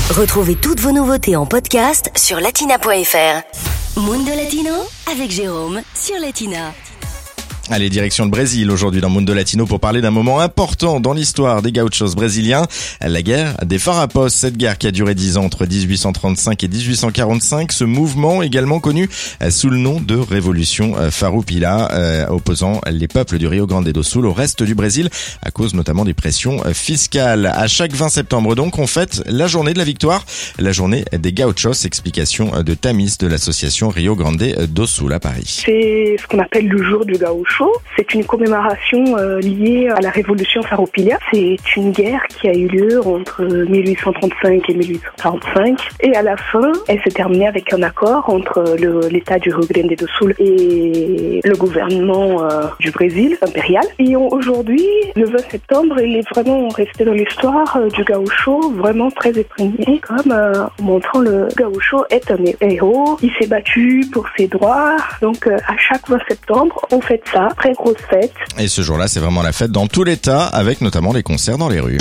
Retrouvez toutes vos nouveautés en podcast sur latina.fr. Mundo Latino avec Jérôme sur Latina. Allez, direction le Brésil aujourd'hui dans Mundo Latino pour parler d'un moment important dans l'histoire des gauchos brésiliens, la guerre des Farrapos. Cette guerre qui a duré 10 ans entre 1835 et 1845, ce mouvement également connu sous le nom de Révolution Farroupilha, opposant les peuples du Rio Grande do Sul au reste du Brésil à cause notamment des pressions fiscales. À chaque 20 septembre donc, on fête la journée de la victoire, la journée des gauchos. Explication de Tamis de l'association Rio Grande do Sul à Paris. C'est ce qu'on appelle le jour du gaucho. C'est une commémoration liée à la révolution Farroupilha. C'est une guerre qui a eu lieu entre 1835 et 1845. Et à la fin, elle s'est terminée avec un accord entre l'État du Rio Grande do Sul et le gouvernement du Brésil impérial. Et aujourd'hui, le 20 septembre, il est vraiment resté dans l'histoire du gaucho, vraiment très imprégné, comme montrant le gaucho est un héros. Il s'est battu pour ses droits. Donc à chaque 20 septembre, on fête ça. Très grosse fête. Et ce jour-là, c'est vraiment la fête dans tout l'État, avec notamment des concerts dans les rues.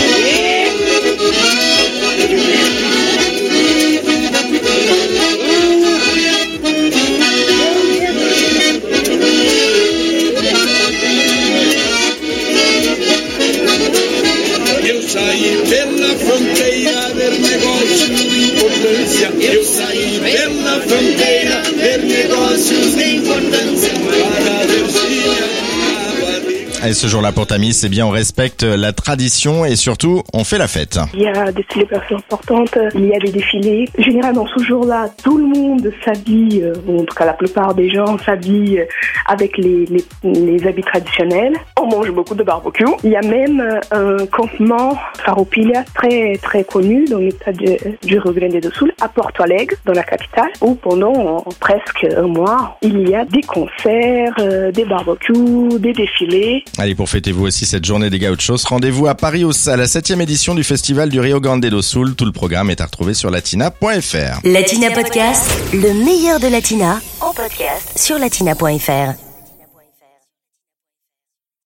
Eu saí pela fronteira ver negócios de importância. Eu saí pela fronteira ver negócios de importância. Para Virgínia. Et ce jour-là pour Tamis, c'est bien, on respecte la tradition et surtout, on fait la fête. Il y a des célébrations importantes, il y a des défilés. Généralement, ce jour-là, tout le monde s'habille, en tout cas la plupart des gens s'habillent avec les habits traditionnels. On mange beaucoup de barbecue. Il y a même un campement Farroupilha très très connu dans l'état du Rio Grande do Sul, à Porto Alegre, dans la capitale, où pendant presque un mois, il y a des concerts, des barbecues, des défilés. Allez, pour fêter vous aussi cette journée des gauchos, rendez-vous à Paris à la 7e édition du Festival du Rio Grande do Sul. Tout le programme est à retrouver sur latina.fr. Latina Podcast, le meilleur de Latina, en podcast sur latina.fr.